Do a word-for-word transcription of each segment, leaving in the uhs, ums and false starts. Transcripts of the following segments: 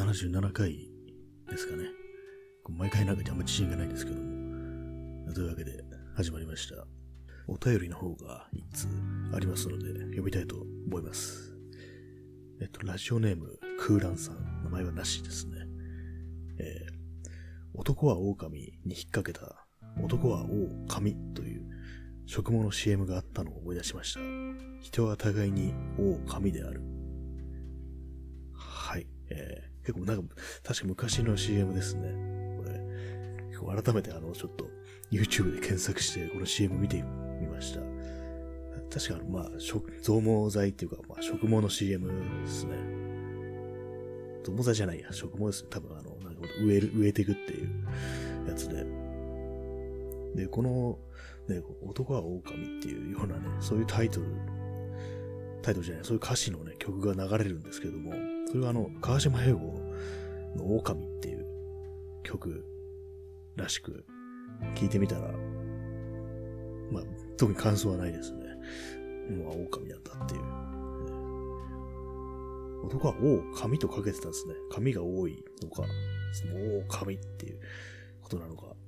なじゅうななかいですかね。毎回なんかあんま自信がないんですけども。というわけで始まりました。お便りの方がいっつうありますので読みたいと思います。えっと、ラジオネーム空欄さん。名前はなしですね。えー、男は狼に引っ掛けた男は狼という食物 シーエム があったのを思い出しました。人は互いに狼である。はい。えー、結構なんか、確か昔の シーエム ですね。これ、結構改めてあの、ちょっと YouTube で検索してこの シーエム 見てみました。確かあの、まあ、増毛剤っていうか、まあ、食毛の シーエム ですね。増毛剤じゃないや、食毛ですね。多分あの、なんか植える、植えていくっていうやつで。で、この、ね、男は狼っていうようなね、そういうタイトル、タイトルじゃない、そういう歌詞のね、曲が流れるんですけども、それはあの、川島英語の狼っていう曲らしく、聞いてみたら、まあ、特に感想はないですね。もう狼なんだっていう。男は狼とかけてたんですね。髪が多いのか、狼っていうことなのか。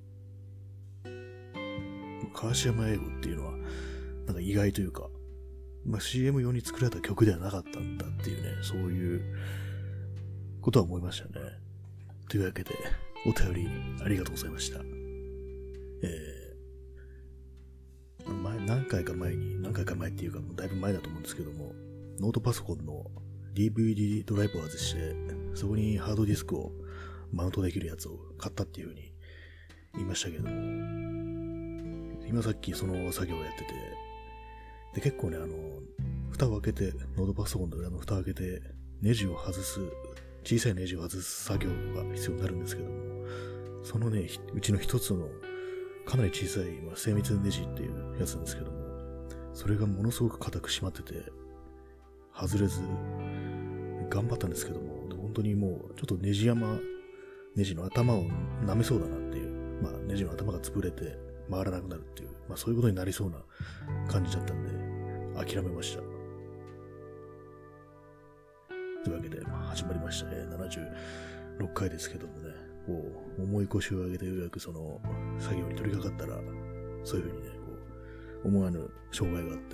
川島英語っていうのは、なんか意外というか、まあ、シーエム 用に作られた曲ではなかったんだっていうね、そういうことは思いましたね。というわけで、お便りありがとうございました。えー、前、何回か前に、何回か前っていうか、もうだいぶ前だと思うんですけども、ノートパソコンの ディーブイディー ドライブを外して、そこにハードディスクをマウントできるやつを買ったっていう風に言いましたけども、今さっきその作業をやってて、で、結構ね、あの、蓋を開けて、ノートパソコンの裏の蓋を開けて、ネジを外す、小さいネジを外す作業が必要になるんですけども、そのね、うちの一つの、かなり小さい、まあ、精密ネジっていうやつなんですけども、それがものすごく硬く締まってて、外れず、頑張ったんですけども、本当にもう、ちょっとネジ山、ネジの頭を舐めそうだなっていう、まあ、ネジの頭が潰れて、回らなくなるっていう、まあそういうことになりそうな感じだったんで、諦めました。というわけで、まあ、始まりましたね。ななじゅうろっかいですけどもね、こう、重い腰を上げてようやくその、作業に取り掛かったら、そういうふうにね、こう、思わぬ障害があって、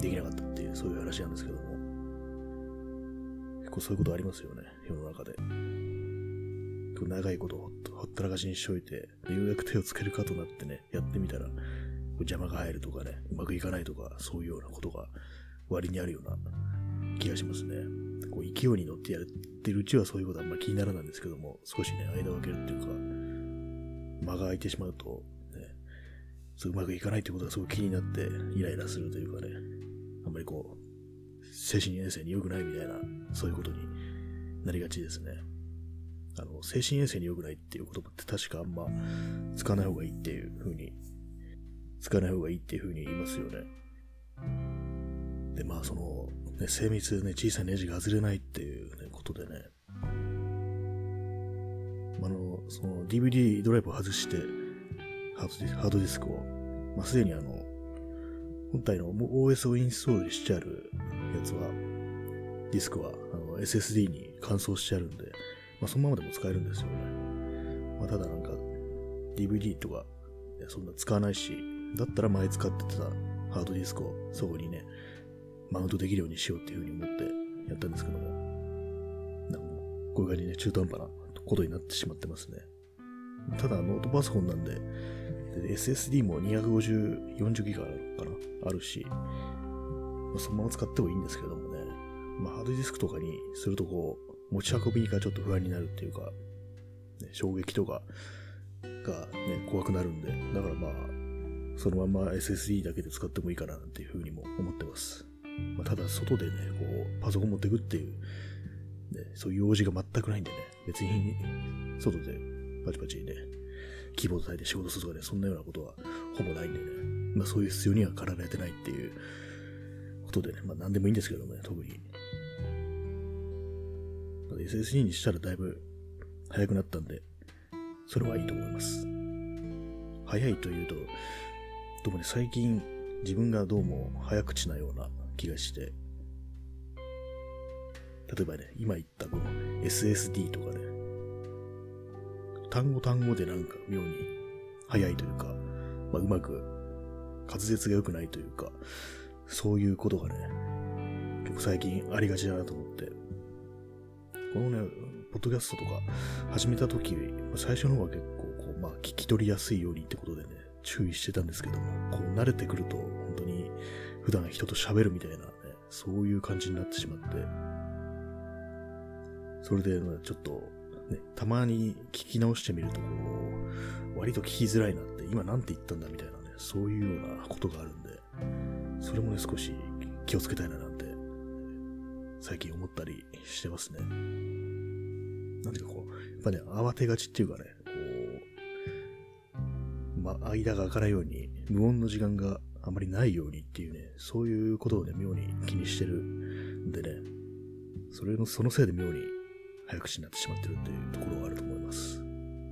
できなかったっていう、そういう話なんですけども、結構そういうことありますよね、世の中で。長いことほったらかしにしといて、ようやく手をつけるかとなってね、やってみたら、こう邪魔が入るとかね、うまくいかないとか、そういうようなことが割にあるような気がしますね。こう勢いに乗ってやってるうちはそういうことはあんま気にならないんですけども、少しね、間を空けるっていうか、間が空いてしまうと、ね、そううまくいかないってことがすごい気になって、イライラするというかね、あんまりこう、精神衛生に良くないみたいな、そういうことになりがちですね。あの、精神衛生に良くないっていう言葉って確かあんま使わない方がいいっていう風に、使わない方がいいっていう風に言いますよね。で、まあその、ね、精密でね、小さいネジが外れないっていう、ね、ことでね、あの、その ディーブイディー ドライブを外して、ハードディスク、ハードディスクを、まあすでにあの、本体の オーエス をインストールしてあるやつは、ディスクはあの エスエスディー に換装してあるんで、まあそのままでも使えるんですよね。まあただなんか ディーブイディー とかそんな使わないし、だったら前使ってたハードディスクをそこにね、マウントできるようにしようっていう風に思ってやったんですけども、なんかもうこういう感じでね、中途半端なことになってしまってますね。ただノートパソコンなんで、で エスエスディー もにひゃくごじゅう、よんじゅうギガかなあるし、まあ、そのまま使ってもいいんですけどもね、まあハードディスクとかにするとこう、持ち運びがちょっと不安になるっていうか、ね、衝撃とかがね、怖くなるんで、だからまあ、そのまま エスエスディー だけで使ってもいいかなっていうふうにも思ってます。まあ、ただ、外でね、こう、パソコン持っていくっていう、ね、そういう用事が全くないんでね、別に、外でパチパチね、キーボード叩いて仕事するとかね、そんなようなことはほぼないんでね、まあそういう必要には駆られてないっていうことでね、まあ何でもいいんですけどもね、特に。エスエスディー にしたらだいぶ早くなったんで、それはいいと思います。早いというと、どうもね、最近自分がどうも早口なような気がして、 例えばね、今言ったこの エスエスディー とかね、単語単語でなんか妙に早いというか、まあ、うまく滑舌が良くないというか、そういうことがね、結構最近ありがちだなと思って、このね、ポッドキャストとか始めたとき、最初の方は結構こう、まあ、聞き取りやすいようにってことでね、注意してたんですけども、こう慣れてくると、本当に普段人と喋るみたいなね、そういう感じになってしまって、それで、ちょっと、ね、たまに聞き直してみると、こう、割と聞きづらいなって、今なんて言ったんだみたいなね、そういうようなことがあるんで、それもね、少し気をつけたいななんて、最近思ったりしてますね。なんていうかこう、やっぱね、慌てがちっていうかね、こう、まあ、間が空かないように、無音の時間があまりないようにっていうね、そういうことをね、妙に気にしてるんでね、それの、そのせいで妙に早口になってしまってるっていうところがあると思います。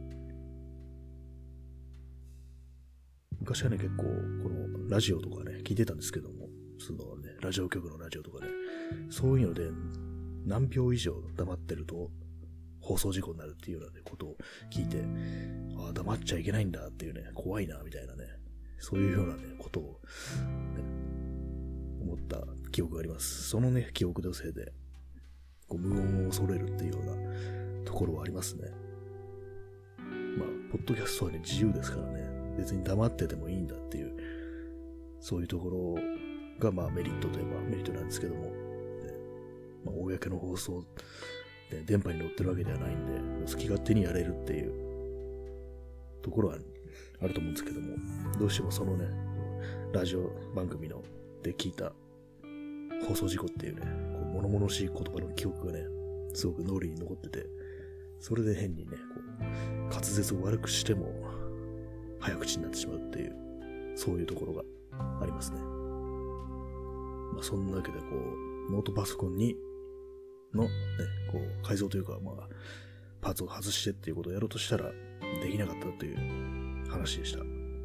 昔はね、結構、このラジオとかね、聞いてたんですけども、そのね、ラジオ局のラジオとかね、そういうので、何秒以上黙ってると、放送事故になるっていうような、ね、ことを聞いて、ああ、黙っちゃいけないんだっていうね、怖いな、みたいなね、そういうようなね、ことを、ね、思った記憶があります。そのね、記憶のせいで、こう無音を恐れるっていうようなところはありますね。まあ、ポッドキャストはね、自由ですからね、別に黙っててもいいんだっていう、そういうところが、まあ、メリットといえばメリットなんですけども、ね、まあ、公の放送、ね、電波に乗ってるわけではないんで、好き勝手にやれるっていうところはあると思うんですけども、どうしてもそのね、ラジオ番組ので聞いた放送事故っていうね、こう物々しい言葉の記憶がね、すごく脳裏に残ってて、それで変にね、こう滑舌を悪くしても早口になってしまうっていう、そういうところがありますね。まあ、そんなわけでこうノートパソコンにのね、こう改造というか、まあパーツを外してっていうことをやろうとしたらできなかったという話でした。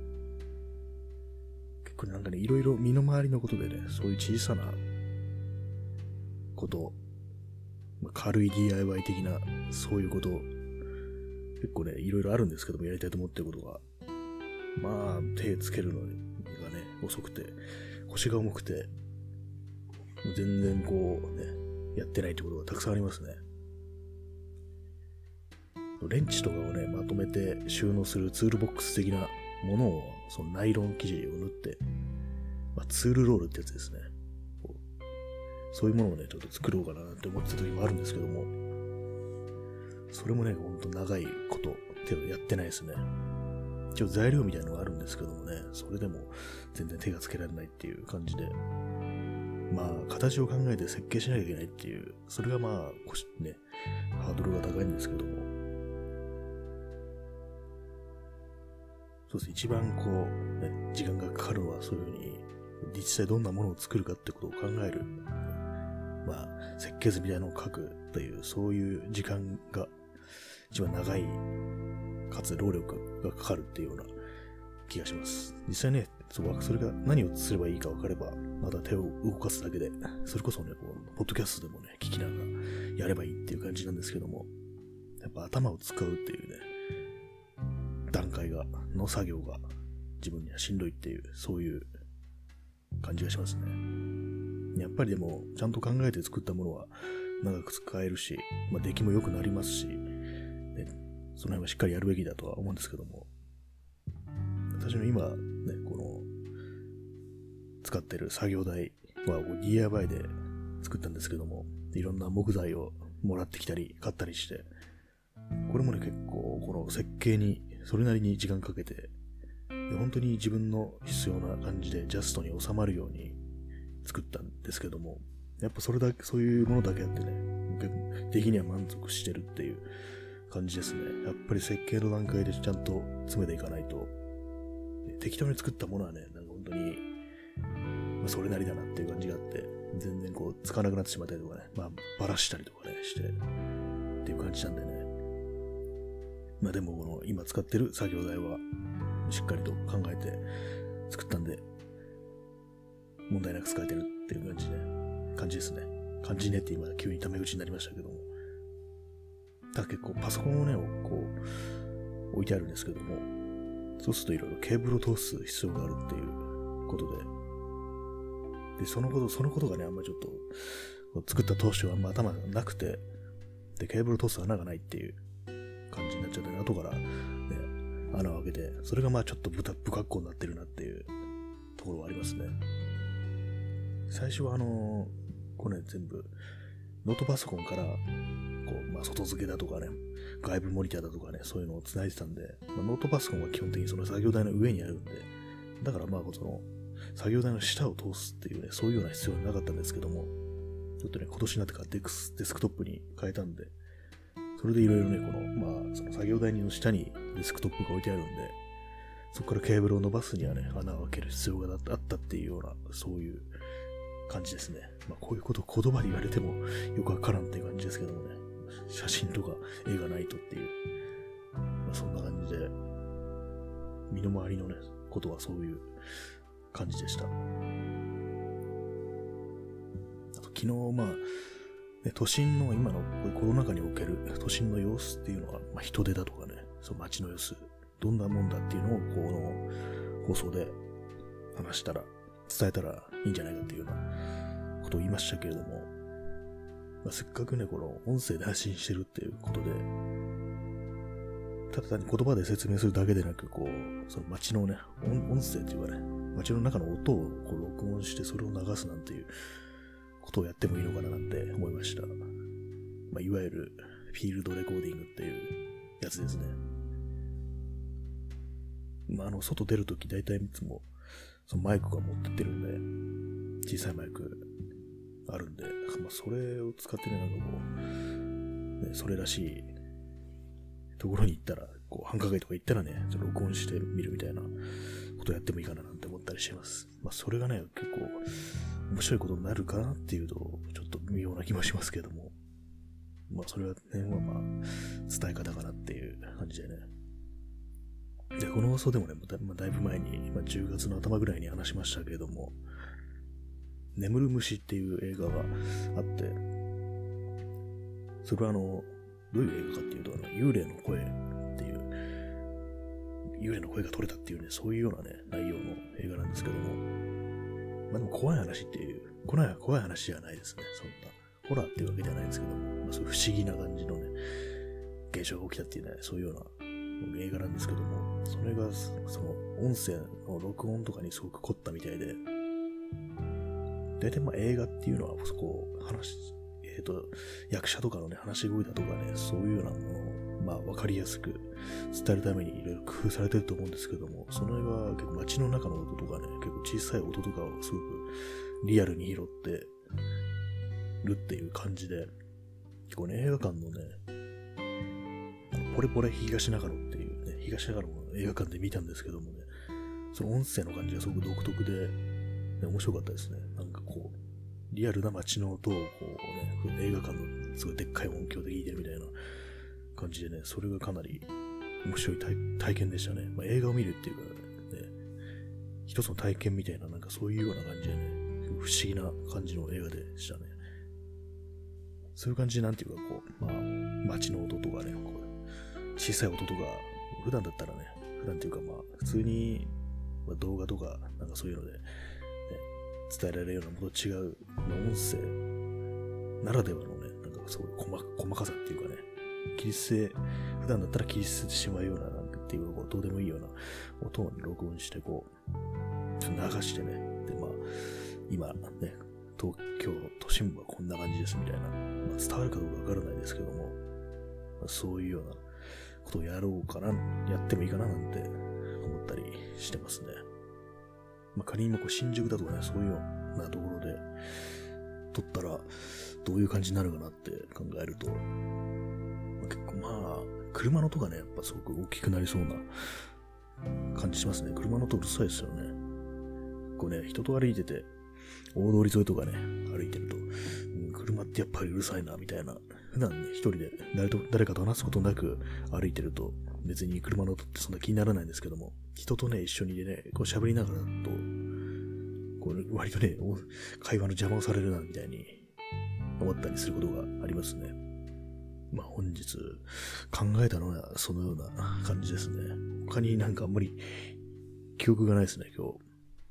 結構なんかね、いろいろ身の回りのことでね、そういう小さなことを、まあ、軽い ディーアイワイ 的なそういうことを結構ね、いろいろあるんですけども、やりたいと思ってることが、まあ手つけるのがね、遅くて腰が重くて、全然こうね、やってないってことがたくさんありますね。レンチとかをね、まとめて収納するツールボックス的なものを、そのナイロン生地を縫って、まあ、ツールロールってやつですね。そういうものをね、ちょっと作ろうかなって思ってた時もあるんですけども、それもね、ほんと長いことっていうのやってないですね。一応材料みたいなのがあるんですけどもね、それでも全然手がつけられないっていう感じで、まあ、形を考えて設計しなきゃいけないっていう、それがまあ、ね、ハードルが高いんですけども、そうです。一番こう、ね、時間がかかるのはそういうふうに、実際どんなものを作るかってことを考える、まあ、設計図みたいなのを書くという、そういう時間が一番長い、かつ労力がかかるっていうような気がします。実際ね、それが何をすればいいか分かれば、また手を動かすだけで、それこそね、こうポッドキャストでもね、聞きながらやればいいっていう感じなんですけども、やっぱ頭を使うっていうね、段階が、の作業が自分にはしんどいっていう、そういう感じがしますね。やっぱりでも、ちゃんと考えて作ったものは長く使えるし、まあ、出来も良くなりますし、ね、その辺はしっかりやるべきだとは思うんですけども、私の今、ね、この、使ってる作業台は ディーアイワイ で作ったんですけども、いろんな木材をもらってきたり買ったりして、これもね、結構この設計にそれなりに時間かけて、で本当に自分の必要な感じでジャストに収まるように作ったんですけども、やっぱそれだけ、そういうものだけあってね、的には満足してるっていう感じですね。やっぱり設計の段階でちゃんと詰めていかないと、適当に作ったものはね、なんか本当に、まあ、それなりだなっていう感じがあって、全然こう、つかなくなってしまったりとかね、まあ、ばらしたりとかね、して、っていう感じなんでね。まあでも、この、今使ってる作業台は、しっかりと考えて作ったんで、問題なく使えてるっていう感じね、感じですね。 感じねって今急にタメ口になりましたけども。ただ結構パソコンをね、こう置いてあるんですけども、そうするといろいろケーブルを通す必要があるっていうことで、で、そのこと、そのことがね、あんまりちょっと、作った当初はあんま頭がなくて、で、ケーブルを通す穴がないっていう感じになっちゃって、ね、後からね、穴を開けて、それがまあちょっと不不格好になってるなっていうところはありますね。最初はあのー、これね、全部、ノートパソコンから、こう、まあ、外付けだとかね、外部モニターだとかね、そういうのを繋いでたんで、まあ、ノートパソコンは基本的にその作業台の上にあるんで、だからまあ、その、作業台の下を通すっていうね、そういうような必要はなかったんですけども、ちょっとね、今年になってからデスデスクトップに変えたんで、それでいろいろね、この、まあ、その作業台の下にデスクトップが置いてあるんで、そこからケーブルを伸ばすにはね、穴を開ける必要があったっていうような、そういう感じですね。まあ、こういうことを言葉で言われてもよくわからんっていう感じですけどもね、写真とか絵がないとっていう、まあ、そんな感じで、身の回りのね、ことはそういう感じでした。あと昨日、まあ、ね、都心の今のこういうコロナ禍における都心の様子っていうのは、まあ、人出だとかね、そう街の様子、どんなもんだっていうのをこの放送で話したら、伝えたらいいんじゃないかっていうようなことを言いましたけれども、まあ、せっかくね、この音声で発信してるっていうことで、ただ単に言葉で説明するだけでなく、こう、その街のね、音声っていうかね、街の中の音をこう録音してそれを流すなんていうことをやってもいいのかななんて思いました。まあ、いわゆるフィールドレコーディングっていうやつですね。まあ、あの、外出るとき大体いつもそのマイクが持ってってるんで、小さいマイクあるんで、まあ、それを使ってね、なんかこう、ね、それらしいところに行ったら、こう、繁華街とか行ったらね、ちょっと録音してみるみたいなことをやってもいいかななんて思ったりします。まあ、それがね、結構面白いことになるかなっていうと、ちょっと微妙な気もしますけども、まあ、それはね、まあ、まあ、伝え方かなっていう感じでね。で、この放送でもね、だ, まあ、だいぶ前に、まあ、じゅうがつの頭ぐらいに話しましたけれども、眠る虫っていう映画があって、それはあの、どういう映画かっていうと、あの幽霊の声っていう、幽霊の声が取れたっていうね、そういうようなね、内容の映画なんですけども、まあでも怖い話っていう、怖い、怖い話じゃないですね、そんな。ホラーっていうわけではないですけども、まあ、そういう不思議な感じのね、現象が起きたっていうね、そういうような映画なんですけども、それが、その、音声の録音とかにすごく凝ったみたいで、大体まあ映画っていうのは、そこ、話、えっと、役者とかのね、話し声だとかね、そういうようなものを、まあわかりやすく伝えるためにいろいろ工夫されてると思うんですけども、その映画は結構街の中の音とかね、結構小さい音とかをすごくリアルに拾ってるっていう感じで、結構ね、映画館のね、あのポレポレ東中野っていうね、東中野の映画館で見たんですけどもね、その音声の感じがすごく独特で、ね、面白かったですね。なんかこう、リアルな街の音をこうね、映画館のすごいでっかい音響で聞いてるみたいな感じでね、それがかなり面白い 体, 体験でしたね。まあ、映画を見るっていうかね、一つの体験みたいな、なんかそういうような感じでね、不思議な感じの映画でしたね。そういう感じでなんていうかこう、まあ、街の音とかね、こう小さい音とか、普段だったらね、普段っていうかまあ、普通に、まあ、動画とか、なんかそういうので、ね、伝えられるようなものと違う、まあ、音声ならではのね、なんかそういう細, 細かさっていうかね、切り捨て、普段だったら切り捨ててしまうような、なんかっていう、こうどうでもいいような音を録音して、こう、ちょっと流してね、で、まあ、今ね、東京都心部はこんな感じですみたいな、まあ、伝わるかどうかわからないですけども、まあ、そういうようなことをやろうかな、やってもいいかななんて思ったりしてますね。まあ、仮にもこう新宿だとかね、そういうようなところで撮ったらどういう感じになるかなって考えると、まあ、結構まあ、車の音がね、やっぱすごく大きくなりそうな感じしますね。車の音うるさいですよね。こうね、人と歩いてて、大通り沿いとかね、歩いてると、うん、車ってやっぱりうるさいな、みたいな。普段ね、一人で誰と、誰かと話すことなく歩いてると、別に車の音ってそんな気にならないんですけども、人とね、一緒にね、こう喋りながらだと、こう割とね、会話の邪魔をされるな、みたいに思ったりすることがありますね。まあ本日考えたのはそのような感じですね。他になんかあんまり記憶がないですね、今日。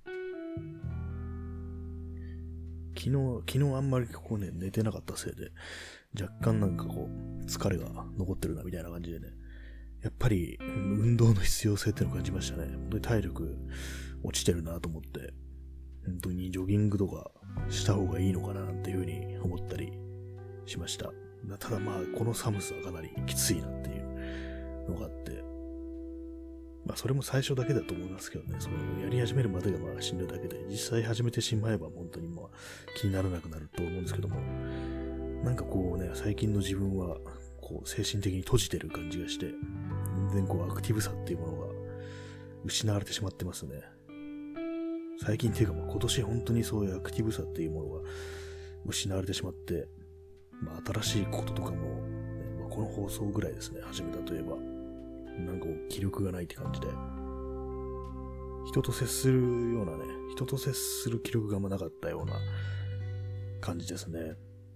昨日、昨日あんまりこうね、寝てなかったせいで、若干なんかこう、疲れが残ってるなみたいな感じでね、やっぱり運動の必要性っていうのを感じましたね。本当に体力落ちてるなと思って、本当にジョギングとかした方がいいのかなっていうふうに思ったりしました。ただまあ、この寒さはかなりきついなっていうのがあって、まあそれも最初だけだと思いますけどね、そのやり始めるまでがまあしんどいだけで、実際始めてしまえば本当にまあ気にならなくなると思うんですけども、なんかこうね、最近の自分はこう精神的に閉じてる感じがして、全然こうアクティブさっていうものが失われてしまってますね。最近っていうかまあ今年本当にそういうアクティブさっていうものが失われてしまって、まあ新しいこととかも、ねまあ、この放送ぐらいですね、始めたといえば。なんか気力がないって感じで、人と接するようなね、人と接する気力があんまなかったような感じですね。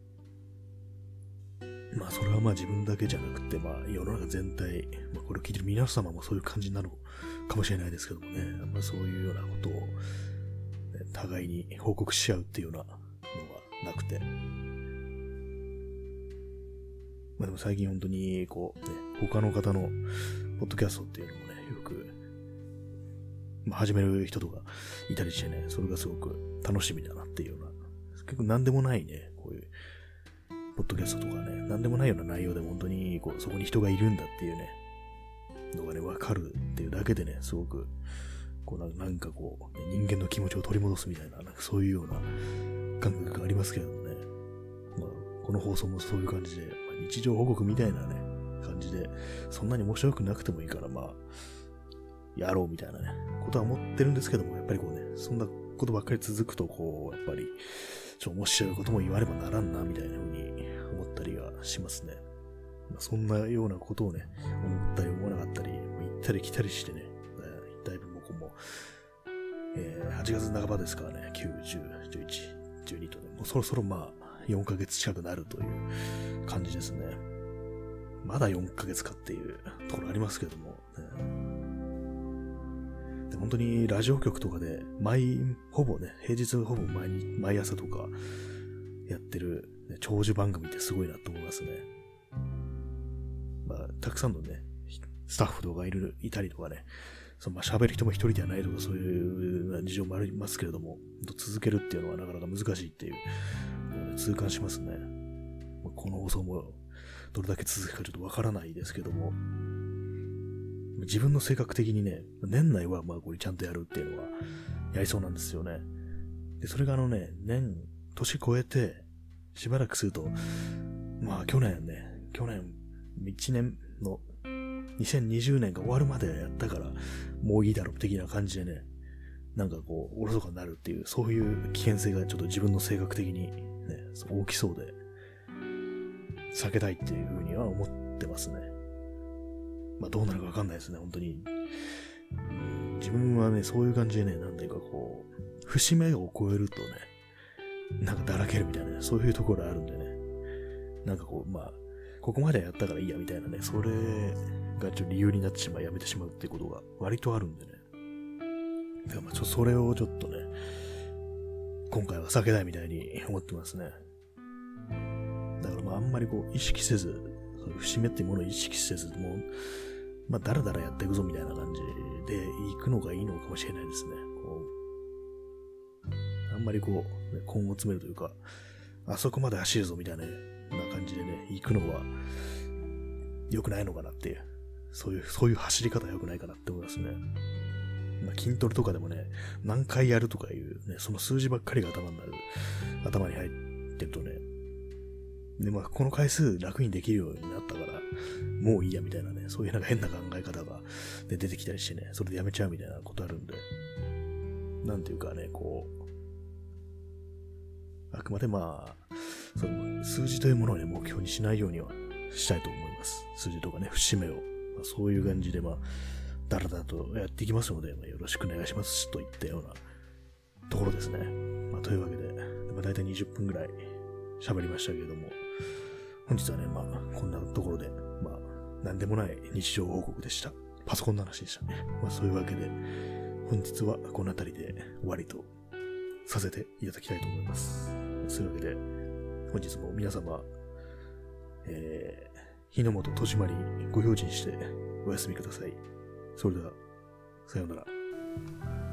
まあそれはまあ自分だけじゃなくて、まあ世の中全体、まあこれを聞いてる皆様もそういう感じになるかもしれないですけどもね、まあそういうようなことを、ね、互いに報告し合うっていうようなのがなくて、まあでも最近本当にこうね、他の方のポッドキャストっていうのもね、よく、まあ、始める人とかいたりしてね、それがすごく楽しみだなっていうような、結構何でもないね、こういう、ポッドキャストとかね、何でもないような内容で本当にこうそこに人がいるんだっていうね、のがね、わかるっていうだけでね、すごく、こうななんかこう、ね、人間の気持ちを取り戻すみたいな、なんかそういうような感覚がありますけどね、まあ、この放送もそういう感じで、まあ、日常報告みたいなね、感じで、そんなに面白くなくてもいいから、まあ、やろうみたいなね、ことは思ってるんですけども、やっぱりこうね、そんなことばっかり続くと、こう、やっぱり、ちょ、面白いことも言わればならんな、みたいな風に思ったりはしますね。まあ、そんなようなことをね、思ったり思わなかったり、行ったり来たりしてね、だいぶもうこうも、えー、はちがつなかばですからね、きゅう、じゅう、じゅういち、じゅうにとね、もうそろそろまあ、よんかげつ近くなるという感じですね。まだよんかげつかっていうところありますけども、ね、で本当にラジオ局とかで毎ほぼね平日ほぼ毎日毎朝とかやってる、ね、長寿番組ってすごいなと思いますね。まあたくさんのねスタッフとかいるいたりとかね、そのまあ喋る人も一人ではないとかそういう事情もありますけれども、続けるっていうのはなかなか難しいっていうのを、ね、痛感しますね。まあ、この放送もどれだけ続くかちょっとわからないですけども、自分の性格的にね、年内はまあこれちゃんとやるっていうのはやりそうなんですよね。で、それがあのね、年、年超えてしばらくすると、まあ去年ね、去年いちねんのにせんにじゅうねんが終わるまでやったからもういいだろう的な感じでね、なんかこうおろそかになるっていう、そういう危険性がちょっと自分の性格的にね、大きそうで、避けたいっていうふうには思ってますね。まあどうなるかわかんないですね、本当に。自分はね、そういう感じでね、なんていうかこう、節目を超えるとね、なんかだらけるみたいなね、そういうところあるんでね。なんかこう、まあ、ここまでやったからいいやみたいなね、それがちょっと理由になってしまう、やめてしまうっていうことが割とあるんでね。だからまあちょっとそれをちょっとね、今回は避けたいみたいに思ってますね。だからまああんまりこう意識せず、そういう節目っていうものを意識せず、もう、まあだらだらやっていくぞみたいな感じで行くのがいいのかもしれないですね。こうあんまりこう、ね、根を詰めるというか、あそこまで走るぞみたいな感じでね、行くのは良くないのかなっていう、そういう、そういう走り方は良くないかなって思いますね。まあ、筋トレとかでもね、何回やるとかいう、ね、その数字ばっかりが頭になる、頭に入ってるとね、で、まあ、この回数楽にできるようになったから、もういいやみたいなね、そういうなんか変な考え方が、ね、出てきたりしてね、それでやめちゃうみたいなことあるんで、なんていうかね、こう、あくまでまあ、その数字というものをね、目標にしないようにはしたいと思います。数字とかね、節目を。まあ、そういう感じで、まあ、だらだらとやっていきますので、まあ、よろしくお願いしますといったようなところですね。まあ、というわけで、まあ、だいたいにじゅっぷんぐらい喋りましたけれども、本日はね、まあ、こんなところで、まあ、なんでもない日常報告でした。パソコンの話でしたね。まあ、そういうわけで、本日はこの辺りで終わりとさせていただきたいと思います。そういうわけで、本日も皆様、えー、日の本戸締まりご用心してお休みください。それでは、さようなら。